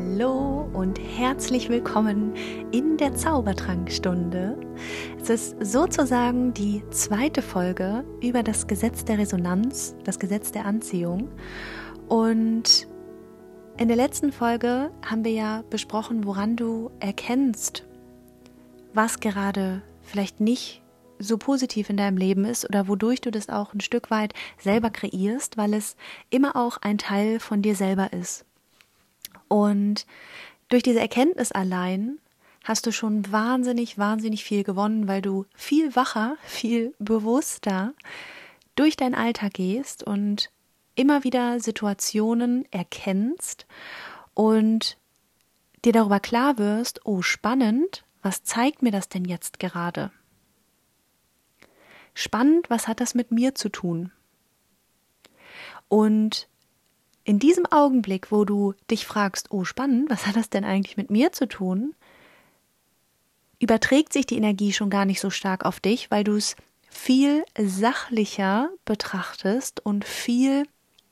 Hallo und herzlich willkommen in der Zaubertrankstunde. Es ist sozusagen die zweite Folge über das Gesetz der Resonanz, das Gesetz der Anziehung. Und in der letzten Folge haben wir ja besprochen, woran du erkennst, was gerade vielleicht nicht so positiv in deinem Leben ist oder wodurch du das auch ein Stück weit selber kreierst, weil es immer auch ein Teil von dir selber ist. Und durch diese Erkenntnis allein hast du schon wahnsinnig viel gewonnen, weil du viel wacher, viel bewusster durch deinen Alltag gehst und immer wieder Situationen erkennst und dir darüber klar wirst, oh spannend, was zeigt mir das denn jetzt gerade? Spannend, was hat das mit mir zu tun? Und in diesem Augenblick, wo du dich fragst, oh spannend, was hat das denn eigentlich mit mir zu tun, überträgt sich die Energie schon gar nicht so stark auf dich, weil du es viel sachlicher betrachtest und viel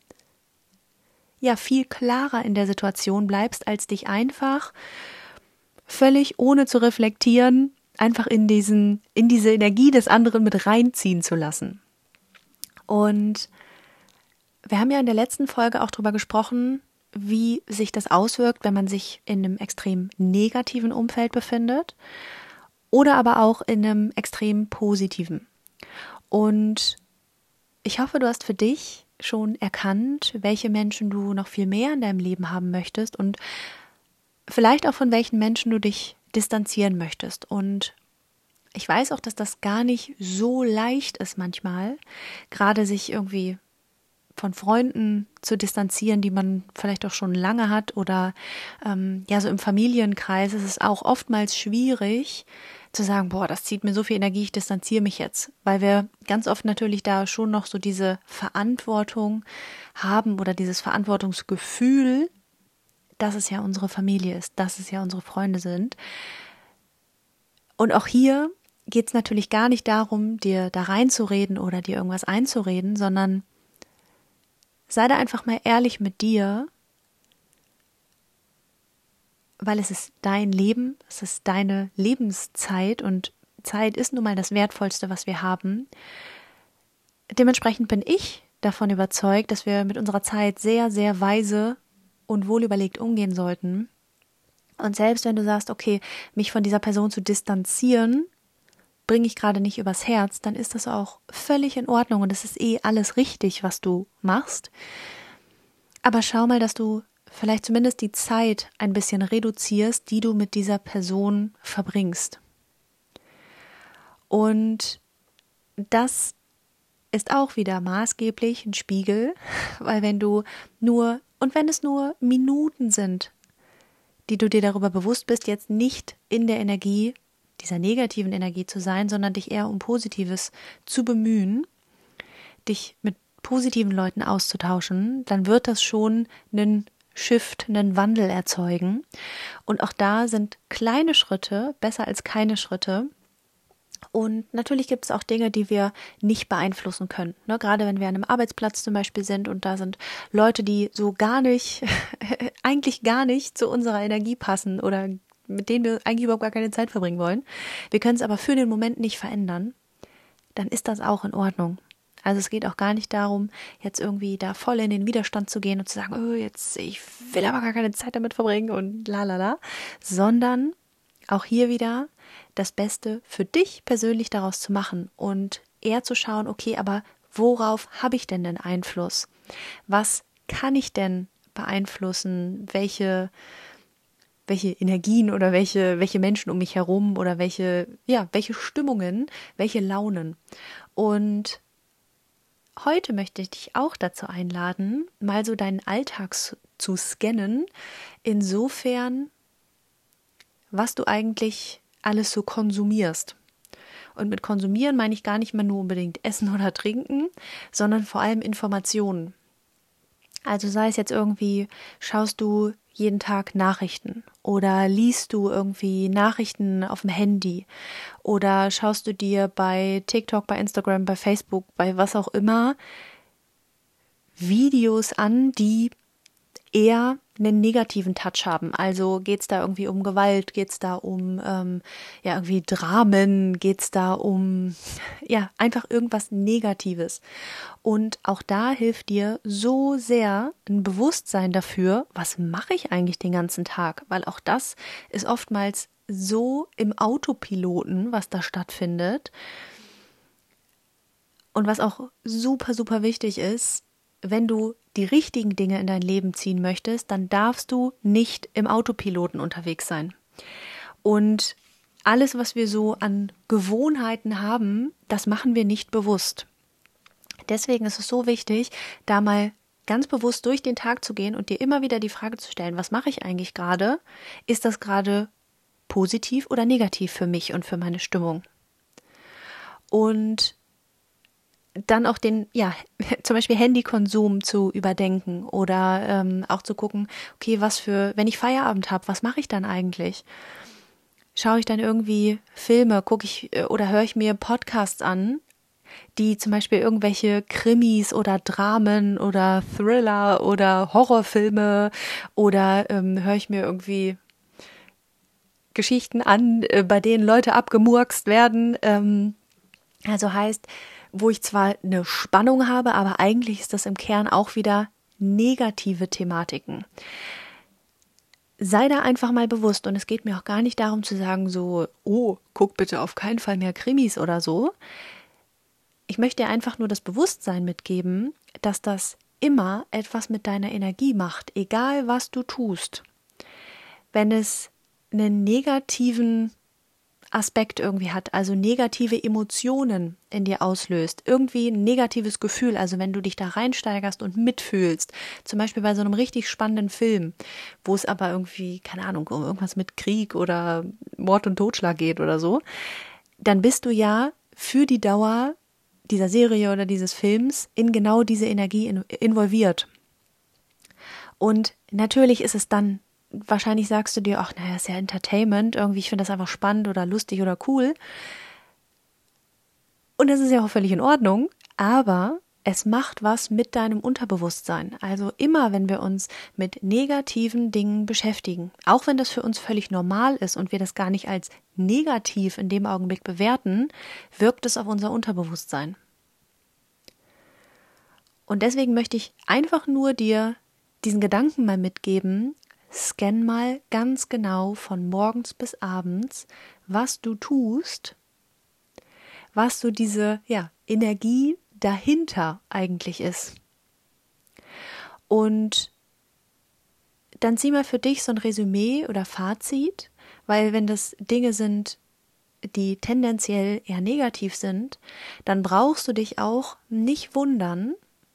klarer in der Situation bleibst, als dich einfach völlig ohne zu reflektieren, einfach in diese Energie des anderen mit reinziehen zu lassen. Und wir haben ja in der letzten Folge auch darüber gesprochen, wie sich das auswirkt, wenn man sich in einem extrem negativen Umfeld befindet oder aber auch in einem extrem positiven. Und ich hoffe, du hast für dich schon erkannt, welche Menschen du noch viel mehr in deinem Leben haben möchtest und vielleicht auch von welchen Menschen du dich distanzieren möchtest. Und ich weiß auch, dass das gar nicht so leicht ist manchmal, gerade sich irgendwie von Freunden zu distanzieren, die man vielleicht auch schon lange hat oder so im Familienkreis ist es auch oftmals schwierig zu sagen, boah, das zieht mir so viel Energie, ich distanziere mich jetzt, weil wir ganz oft natürlich da schon noch so diese Verantwortung haben oder dieses Verantwortungsgefühl, dass es ja unsere Familie ist, dass es ja unsere Freunde sind. Und auch hier geht es natürlich gar nicht darum, dir da reinzureden oder dir irgendwas einzureden, sondern sei da einfach mal ehrlich mit dir, weil es ist dein Leben, es ist deine Lebenszeit und Zeit ist nun mal das Wertvollste, was wir haben. Dementsprechend bin ich davon überzeugt, dass wir mit unserer Zeit sehr, sehr weise und wohlüberlegt umgehen sollten. Und selbst wenn du sagst, okay, mich von dieser Person zu distanzieren, bringe ich gerade nicht übers Herz, dann ist das auch völlig in Ordnung und es ist alles richtig, was du machst. Aber schau mal, dass du vielleicht zumindest die Zeit ein bisschen reduzierst, die du mit dieser Person verbringst. Und das ist auch wieder maßgeblich ein Spiegel, weil wenn es nur Minuten sind, die du dir darüber bewusst bist, jetzt nicht in der Energie dieser negativen Energie zu sein, sondern dich eher um Positives zu bemühen, dich mit positiven Leuten auszutauschen, dann wird das schon einen Shift, einen Wandel erzeugen. Und auch da sind kleine Schritte besser als keine Schritte. Und natürlich gibt es auch Dinge, die wir nicht beeinflussen können. Ne? Gerade wenn wir an einem Arbeitsplatz zum Beispiel sind und da sind Leute, die so gar nicht, eigentlich gar nicht zu unserer Energie passen oder mit denen wir eigentlich überhaupt gar keine Zeit verbringen wollen. Wir können es aber für den Moment nicht verändern, dann ist das auch in Ordnung. Also es geht auch gar nicht darum, jetzt irgendwie da voll in den Widerstand zu gehen und zu sagen, oh, ich will aber gar keine Zeit damit verbringen und lalala, sondern auch hier wieder das Beste für dich persönlich daraus zu machen und eher zu schauen, okay, aber worauf habe ich denn den Einfluss? Was kann ich denn beeinflussen? Welche Energien oder welche Menschen um mich herum oder welche Stimmungen, welche Launen. Und heute möchte ich dich auch dazu einladen, mal so deinen Alltag zu scannen, insofern, was du eigentlich alles so konsumierst. Und mit konsumieren meine ich gar nicht mal nur unbedingt Essen oder Trinken, sondern vor allem Informationen. Also sei es jetzt irgendwie, schaust du jeden Tag Nachrichten oder liest du irgendwie Nachrichten auf dem Handy oder schaust du dir bei TikTok, bei Instagram, bei Facebook, bei was auch immer Videos an, die eher einen negativen Touch haben. Also geht es da irgendwie um Gewalt, geht es da um irgendwie Dramen, geht es da um einfach irgendwas Negatives. Und auch da hilft dir so sehr ein Bewusstsein dafür, was mache ich eigentlich den ganzen Tag? Weil auch das ist oftmals so im Autopiloten, was da stattfindet. Und was auch super, super wichtig ist, wenn du die richtigen Dinge in dein Leben ziehen möchtest, dann darfst du nicht im Autopiloten unterwegs sein. Und alles, was wir so an Gewohnheiten haben, das machen wir nicht bewusst. Deswegen ist es so wichtig, da mal ganz bewusst durch den Tag zu gehen und dir immer wieder die Frage zu stellen, was mache ich eigentlich gerade? Ist das gerade positiv oder negativ für mich und für meine Stimmung? Und dann auch den, zum Beispiel Handykonsum zu überdenken oder auch zu gucken, okay, wenn ich Feierabend habe, was mache ich dann eigentlich? Schaue ich dann irgendwie Filme, gucke ich oder höre ich mir Podcasts an, die zum Beispiel irgendwelche Krimis oder Dramen oder Thriller oder Horrorfilme oder höre ich mir irgendwie Geschichten an, bei denen Leute abgemurkst werden. Also heißt, wo ich zwar eine Spannung habe, aber eigentlich ist das im Kern auch wieder negative Thematiken. Sei da einfach mal bewusst und es geht mir auch gar nicht darum zu sagen so, oh, guck bitte auf keinen Fall mehr Krimis oder so. Ich möchte dir einfach nur das Bewusstsein mitgeben, dass das immer etwas mit deiner Energie macht, egal was du tust. Wenn es einen negativen Aspekt irgendwie hat, also negative Emotionen in dir auslöst, irgendwie ein negatives Gefühl, also wenn du dich da reinsteigerst und mitfühlst, zum Beispiel bei so einem richtig spannenden Film, wo es aber irgendwie, keine Ahnung, um irgendwas mit Krieg oder Mord und Totschlag geht oder so, dann bist du ja für die Dauer dieser Serie oder dieses Films in genau diese Energie involviert. Und natürlich ist es dann wahrscheinlich sagst du dir, ach, naja, ist ja Entertainment, irgendwie, ich finde das einfach spannend oder lustig oder cool. Und das ist ja auch völlig in Ordnung, aber es macht was mit deinem Unterbewusstsein. Also immer, wenn wir uns mit negativen Dingen beschäftigen, auch wenn das für uns völlig normal ist und wir das gar nicht als negativ in dem Augenblick bewerten, wirkt es auf unser Unterbewusstsein. Und deswegen möchte ich einfach nur dir diesen Gedanken mal mitgeben, scan mal ganz genau von morgens bis abends, was du tust, was so diese Energie dahinter eigentlich ist. Und dann zieh mal für dich so ein Resümee oder Fazit, weil wenn das Dinge sind, die tendenziell eher negativ sind, dann brauchst du dich auch nicht wundern,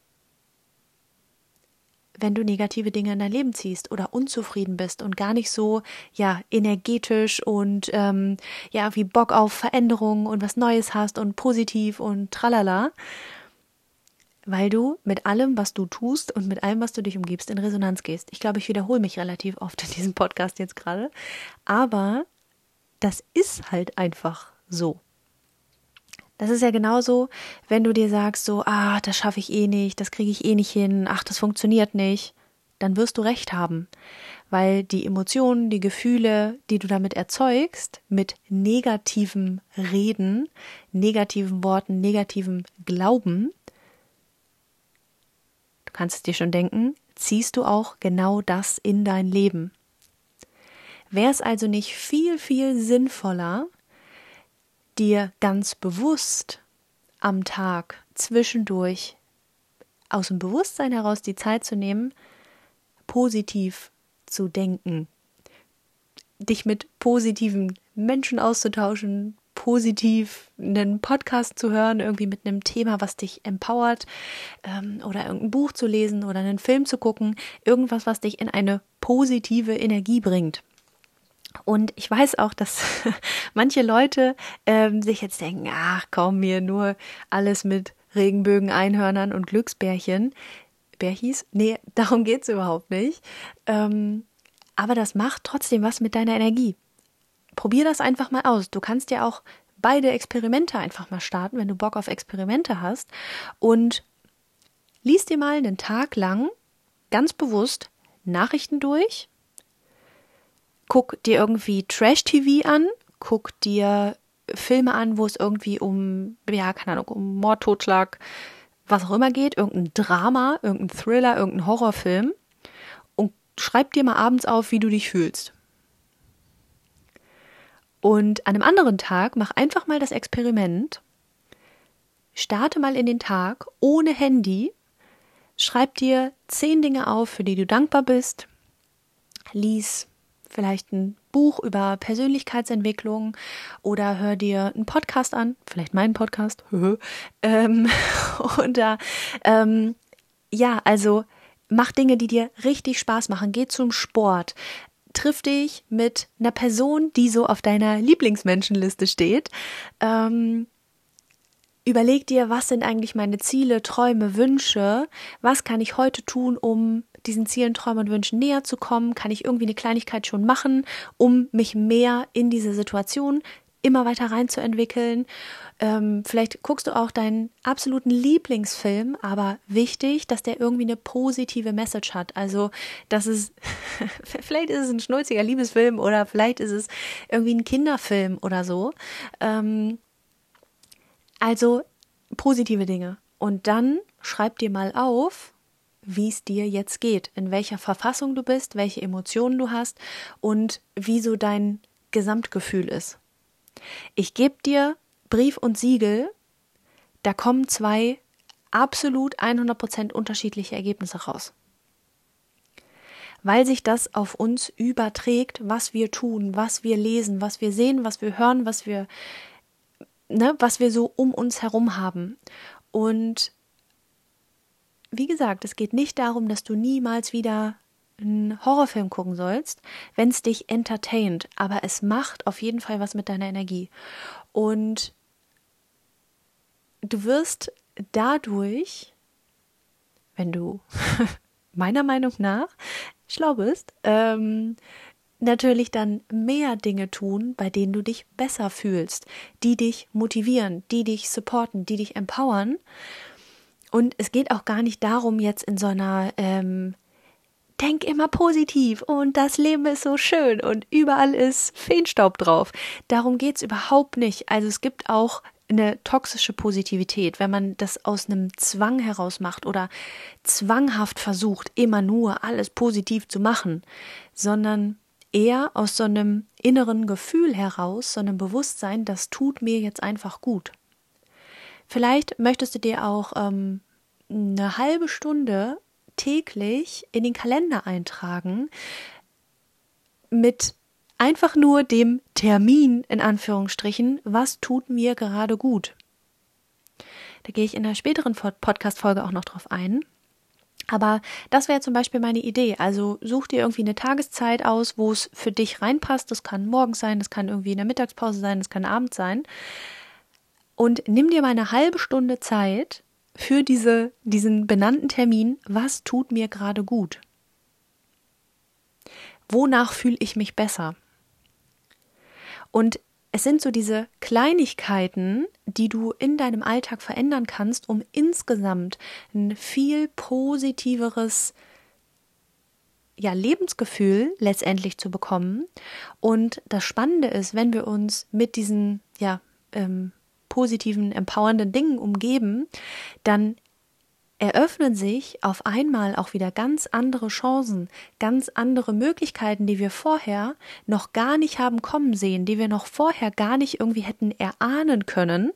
wenn du negative Dinge in dein Leben ziehst oder unzufrieden bist und gar nicht so energetisch und wie Bock auf Veränderungen und was Neues hast und positiv und tralala, weil du mit allem, was du tust und mit allem, was du dich umgibst, in Resonanz gehst. Ich glaube, ich wiederhole mich relativ oft in diesem Podcast jetzt gerade, aber das ist halt einfach so. Das ist ja genauso, wenn du dir sagst so, das schaffe ich eh nicht, das kriege ich eh nicht hin, ach, das funktioniert nicht, dann wirst du recht haben, weil die Emotionen, die Gefühle, die du damit erzeugst, mit negativem Reden, negativen Worten, negativem Glauben, du kannst es dir schon denken, ziehst du auch genau das in dein Leben. Wäre es also nicht viel, viel sinnvoller, dir ganz bewusst am Tag zwischendurch aus dem Bewusstsein heraus die Zeit zu nehmen, positiv zu denken, dich mit positiven Menschen auszutauschen, positiv einen Podcast zu hören, irgendwie mit einem Thema, was dich empowert, oder irgendein Buch zu lesen oder einen Film zu gucken, irgendwas, was dich in eine positive Energie bringt. Und ich weiß auch, dass manche Leute sich jetzt denken, ach komm, mir nur alles mit Regenbögen, Einhörnern und Glücksbärchen. Bärchis? Nee, darum geht's überhaupt nicht. Aber das macht trotzdem was mit deiner Energie. Probier das einfach mal aus. Du kannst ja auch beide Experimente einfach mal starten, wenn du Bock auf Experimente hast. Und lies dir mal einen Tag lang ganz bewusst Nachrichten durch, guck dir irgendwie Trash-TV an, guck dir Filme an, wo es irgendwie um, ja, keine Ahnung, um Mord, Totschlag, was auch immer geht, irgendein Drama, irgendein Thriller, irgendein Horrorfilm und schreib dir mal abends auf, wie du dich fühlst. Und an einem anderen Tag mach einfach mal das Experiment, starte mal in den Tag ohne Handy, schreib dir 10 Dinge auf, für die du dankbar bist, lies vielleicht ein Buch über Persönlichkeitsentwicklung oder hör dir einen Podcast an, vielleicht meinen Podcast, oder ja, also mach Dinge, die dir richtig Spaß machen, geh zum Sport, triff dich mit einer Person, die so auf deiner Lieblingsmenschenliste steht, überleg dir, was sind eigentlich meine Ziele, Träume, Wünsche, was kann ich heute tun, um diesen Zielen, Träumen und Wünschen näher zu kommen, kann ich irgendwie eine Kleinigkeit schon machen, um mich mehr in diese Situation immer weiter reinzuentwickeln. Vielleicht guckst du auch deinen absoluten Lieblingsfilm, aber wichtig, dass der irgendwie eine positive Message hat. Also, dass es, vielleicht ist es ein schnulziger Liebesfilm oder vielleicht ist es irgendwie ein Kinderfilm oder so. Also, positive Dinge. Und dann schreib dir mal auf, wie es dir jetzt geht, in welcher Verfassung du bist, welche Emotionen du hast und wie so dein Gesamtgefühl ist. Ich gebe dir Brief und Siegel, da kommen 2 absolut 100% unterschiedliche Ergebnisse raus. Weil sich das auf uns überträgt, was wir tun, was wir lesen, was wir sehen, was wir hören, was wir so um uns herum haben. Und wie gesagt, es geht nicht darum, dass du niemals wieder einen Horrorfilm gucken sollst, wenn es dich entertaint, aber es macht auf jeden Fall was mit deiner Energie. Und du wirst dadurch, wenn du meiner Meinung nach schlau bist, natürlich dann mehr Dinge tun, bei denen du dich besser fühlst, die dich motivieren, die dich supporten, die dich empowern. Und es geht auch gar nicht darum, jetzt in so einer denk immer positiv und das Leben ist so schön und überall ist Feenstaub drauf. Darum geht's überhaupt nicht. Also es gibt auch eine toxische Positivität, wenn man das aus einem Zwang heraus macht oder zwanghaft versucht, immer nur alles positiv zu machen, sondern eher aus so einem inneren Gefühl heraus, so einem Bewusstsein, das tut mir jetzt einfach gut. Vielleicht möchtest du dir auch eine halbe Stunde täglich in den Kalender eintragen mit einfach nur dem Termin, in Anführungsstrichen, was tut mir gerade gut. Da gehe ich in einer späteren Podcast-Folge auch noch drauf ein. Aber das wäre zum Beispiel meine Idee. Also such dir irgendwie eine Tageszeit aus, wo es für dich reinpasst. Das kann morgens sein, das kann irgendwie in der Mittagspause sein, das kann abends sein. Und nimm dir mal eine halbe Stunde Zeit für diesen benannten Termin, was tut mir gerade gut? Wonach fühle ich mich besser? Und es sind so diese Kleinigkeiten, die du in deinem Alltag verändern kannst, um insgesamt ein viel positiveres Lebensgefühl letztendlich zu bekommen. Und das Spannende ist, wenn wir uns mit diesen positiven, empowernden Dingen umgeben, dann eröffnen sich auf einmal auch wieder ganz andere Chancen, ganz andere Möglichkeiten, die wir vorher noch gar nicht haben kommen sehen, die wir noch vorher gar nicht irgendwie hätten erahnen können.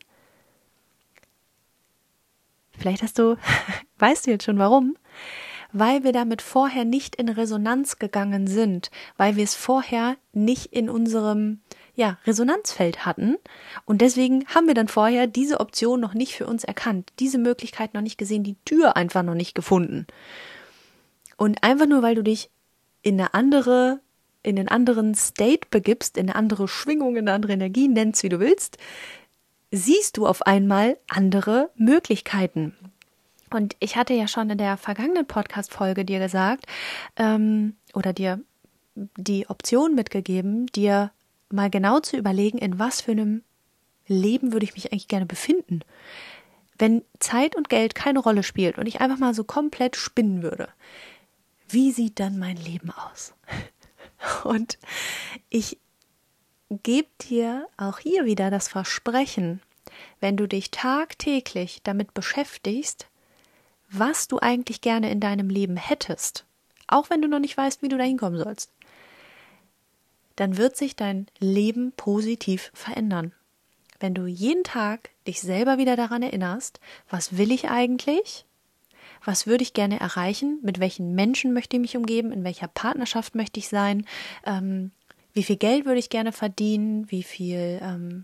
Vielleicht weißt du jetzt schon warum? Weil wir damit vorher nicht in Resonanz gegangen sind, weil wir es vorher nicht in unserem Resonanzfeld hatten und deswegen haben wir dann vorher diese Option noch nicht für uns erkannt, diese Möglichkeit noch nicht gesehen, die Tür einfach noch nicht gefunden. Und einfach nur, weil du dich in einen anderen State begibst, in eine andere Schwingung, in eine andere Energie, nennst wie du willst, siehst du auf einmal andere Möglichkeiten. Und ich hatte ja schon in der vergangenen Podcast-Folge dir gesagt, oder dir die Option mitgegeben, dir mal genau zu überlegen, in was für einem Leben würde ich mich eigentlich gerne befinden. Wenn Zeit und Geld keine Rolle spielt und ich einfach mal so komplett spinnen würde, wie sieht dann mein Leben aus? Und ich gebe dir auch hier wieder das Versprechen, wenn du dich tagtäglich damit beschäftigst, was du eigentlich gerne in deinem Leben hättest, auch wenn du noch nicht weißt, wie du da hinkommen sollst, dann wird sich dein Leben positiv verändern. Wenn du jeden Tag dich selber wieder daran erinnerst, was will ich eigentlich? Was würde ich gerne erreichen? Mit welchen Menschen möchte ich mich umgeben? In welcher Partnerschaft möchte ich sein? Wie viel Geld würde ich gerne verdienen? Wie viel,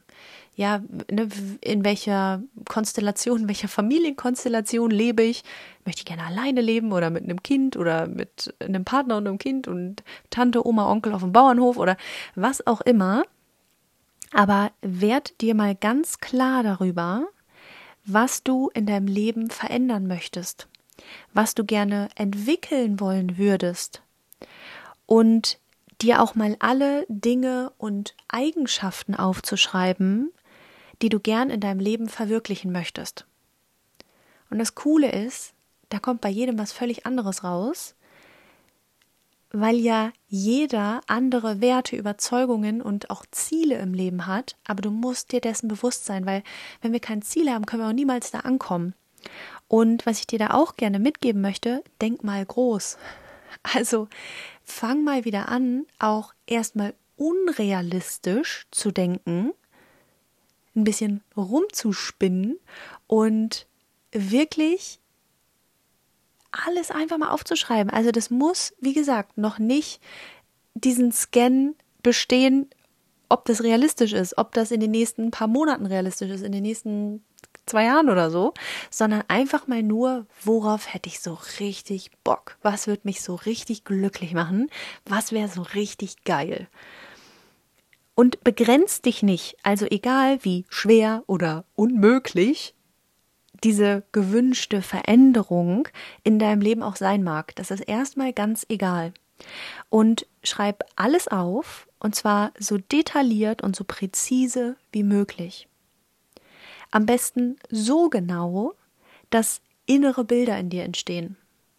in welcher Konstellation, in welcher Familienkonstellation lebe ich? Möchte ich gerne alleine leben oder mit einem Kind oder mit einem Partner und einem Kind und Tante, Oma, Onkel auf dem Bauernhof oder was auch immer? Aber werd dir mal ganz klar darüber, was du in deinem Leben verändern möchtest, was du gerne entwickeln wollen würdest und dir auch mal alle Dinge und Eigenschaften aufzuschreiben, die du gern in deinem Leben verwirklichen möchtest. Und das Coole ist, da kommt bei jedem was völlig anderes raus, weil ja jeder andere Werte, Überzeugungen und auch Ziele im Leben hat, aber du musst dir dessen bewusst sein, weil wenn wir kein Ziel haben, können wir auch niemals da ankommen. Und was ich dir da auch gerne mitgeben möchte, denk mal groß. Also fang mal wieder an, auch erstmal unrealistisch zu denken, ein bisschen rumzuspinnen und wirklich alles einfach mal aufzuschreiben. Also das muss, wie gesagt, noch nicht diesen Scan bestehen, ob das realistisch ist, ob das in den nächsten paar Monaten realistisch ist, in den nächsten 2 Jahren oder so, sondern einfach mal nur, worauf hätte ich so richtig Bock? Was würde mich so richtig glücklich machen? Was wäre so richtig geil? Und begrenz dich nicht, also egal wie schwer oder unmöglich diese gewünschte Veränderung in deinem Leben auch sein mag. Das ist erstmal ganz egal. Und schreib alles auf, und zwar so detailliert und so präzise wie möglich. Am besten so genau, dass innere Bilder in dir entstehen.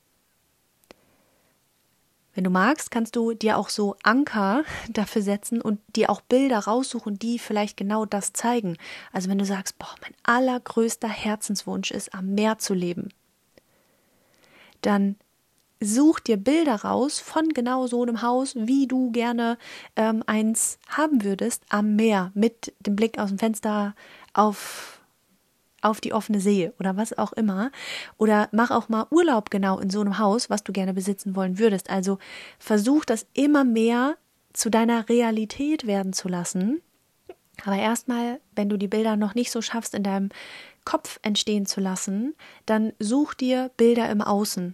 Wenn du magst, kannst du dir auch so Anker dafür setzen und dir auch Bilder raussuchen, die vielleicht genau das zeigen. Also wenn du sagst, boah, mein allergrößter Herzenswunsch ist, am Meer zu leben, dann such dir Bilder raus von genau so einem Haus, wie du gerne eins haben würdest, am Meer, mit dem Blick aus dem Fenster auf die offene See oder was auch immer. Oder mach auch mal Urlaub genau in so einem Haus, was du gerne besitzen wollen würdest. Also versuch das immer mehr zu deiner Realität werden zu lassen. Aber erstmal, wenn du die Bilder noch nicht so schaffst, in deinem Kopf entstehen zu lassen, dann such dir Bilder im Außen.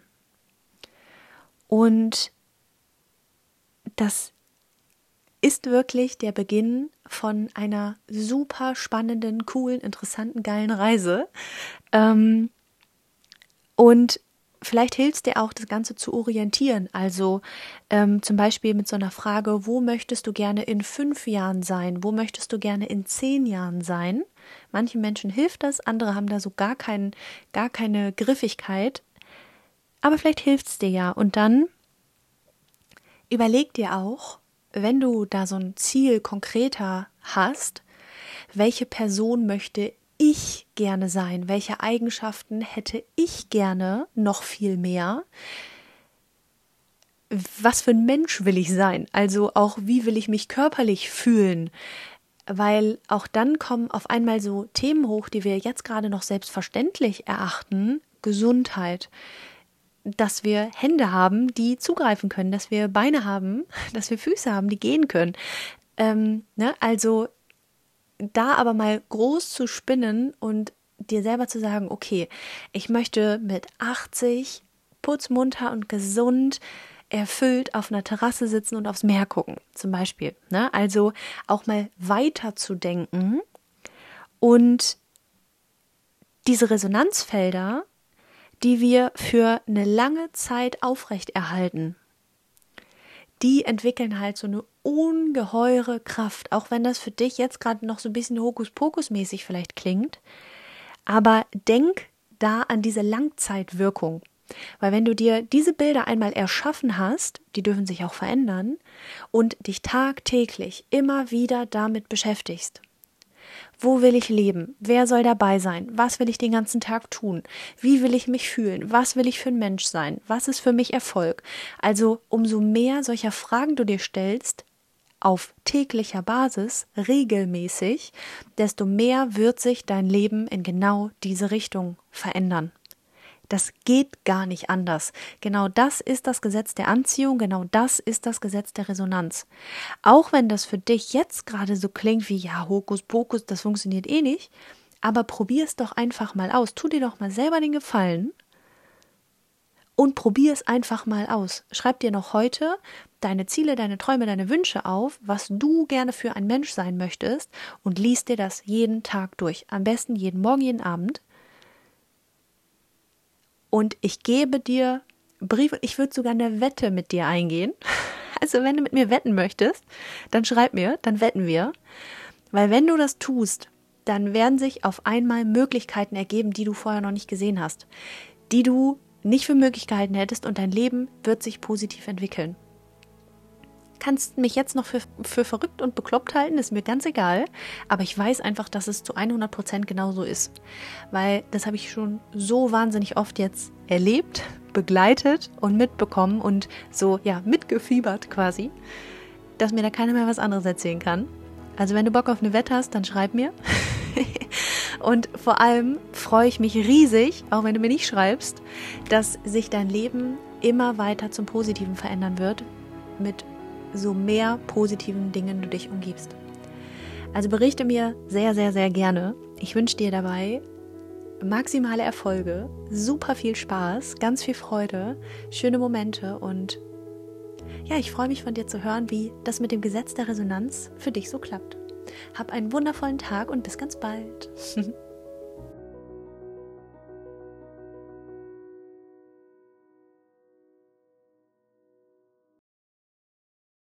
Und das ist wirklich der Beginn von einer super spannenden, coolen, interessanten, geilen Reise. Und vielleicht hilft es dir auch, das Ganze zu orientieren. Also zum Beispiel mit so einer Frage, wo möchtest du gerne in 5 Jahren sein? Wo möchtest du gerne in 10 Jahren sein? Manchen Menschen hilft das, andere haben da so gar keine Griffigkeit. Aber vielleicht hilft es dir ja. Und dann überleg dir auch, wenn du da so ein Ziel konkreter hast, welche Person möchte ich gerne sein? Welche Eigenschaften hätte ich gerne noch viel mehr? Was für ein Mensch will ich sein? Also auch, wie will ich mich körperlich fühlen? Weil auch dann kommen auf einmal so Themen hoch, die wir jetzt gerade noch selbstverständlich erachten. Gesundheit. Dass wir Hände haben, die zugreifen können, dass wir Beine haben, dass wir Füße haben, die gehen können. Also da aber mal groß zu spinnen und dir selber zu sagen, okay, ich möchte mit 80 putzmunter und gesund erfüllt auf einer Terrasse sitzen und aufs Meer gucken, zum Beispiel. Also auch mal weiter zu denken und diese Resonanzfelder, die wir für eine lange Zeit aufrechterhalten, die entwickeln halt so eine ungeheure Kraft, auch wenn das für dich jetzt gerade noch so ein bisschen Hokuspokus-mäßig vielleicht klingt. Aber denk da an diese Langzeitwirkung. Weil wenn du dir diese Bilder einmal erschaffen hast, die dürfen sich auch verändern, und dich tagtäglich immer wieder damit beschäftigst. Wo will ich leben? Wer soll dabei sein? Was will ich den ganzen Tag tun? Wie will ich mich fühlen? Was will ich für ein Mensch sein? Was ist für mich Erfolg? Also umso mehr solcher Fragen du dir stellst, auf täglicher Basis, regelmäßig, desto mehr wird sich dein Leben in genau diese Richtung verändern. Das geht gar nicht anders. Genau das ist das Gesetz der Anziehung, genau das ist das Gesetz der Resonanz. Auch wenn das für dich jetzt gerade so klingt wie, ja, Hokuspokus, das funktioniert eh nicht, aber probier es doch einfach mal aus. Tu dir doch mal selber den Gefallen und probier es einfach mal aus. Schreib dir noch heute deine Ziele, deine Träume, deine Wünsche auf, was du gerne für ein Mensch sein möchtest, und lies dir das jeden Tag durch. Am besten jeden Morgen, jeden Abend. Und ich gebe dir Briefe, ich würde sogar eine Wette mit dir eingehen. Also wenn du mit mir wetten möchtest, dann schreib mir, dann wetten wir. Weil wenn du das tust, dann werden sich auf einmal Möglichkeiten ergeben, die du vorher noch nicht gesehen hast. Die du nicht für Möglichkeiten hättest, und dein Leben wird sich positiv entwickeln. Kannst mich jetzt noch für verrückt und bekloppt halten, ist mir ganz egal, aber ich weiß einfach, dass es zu 100% genauso ist, weil das habe ich schon so wahnsinnig oft jetzt erlebt, begleitet und mitbekommen und so, ja, mitgefiebert quasi, dass mir da keiner mehr was anderes erzählen kann. Also wenn du Bock auf eine Wette hast, dann schreib mir. Und vor allem freue ich mich riesig, auch wenn du mir nicht schreibst, dass sich dein Leben immer weiter zum Positiven verändern wird, mit so mehr positiven Dingen du dich umgibst. Also berichte mir sehr, sehr, sehr gerne. Ich wünsche dir dabei maximale Erfolge, super viel Spaß, ganz viel Freude, schöne Momente, und ja, ich freue mich von dir zu hören, wie das mit dem Gesetz der Resonanz für dich so klappt. Hab einen wundervollen Tag und bis ganz bald.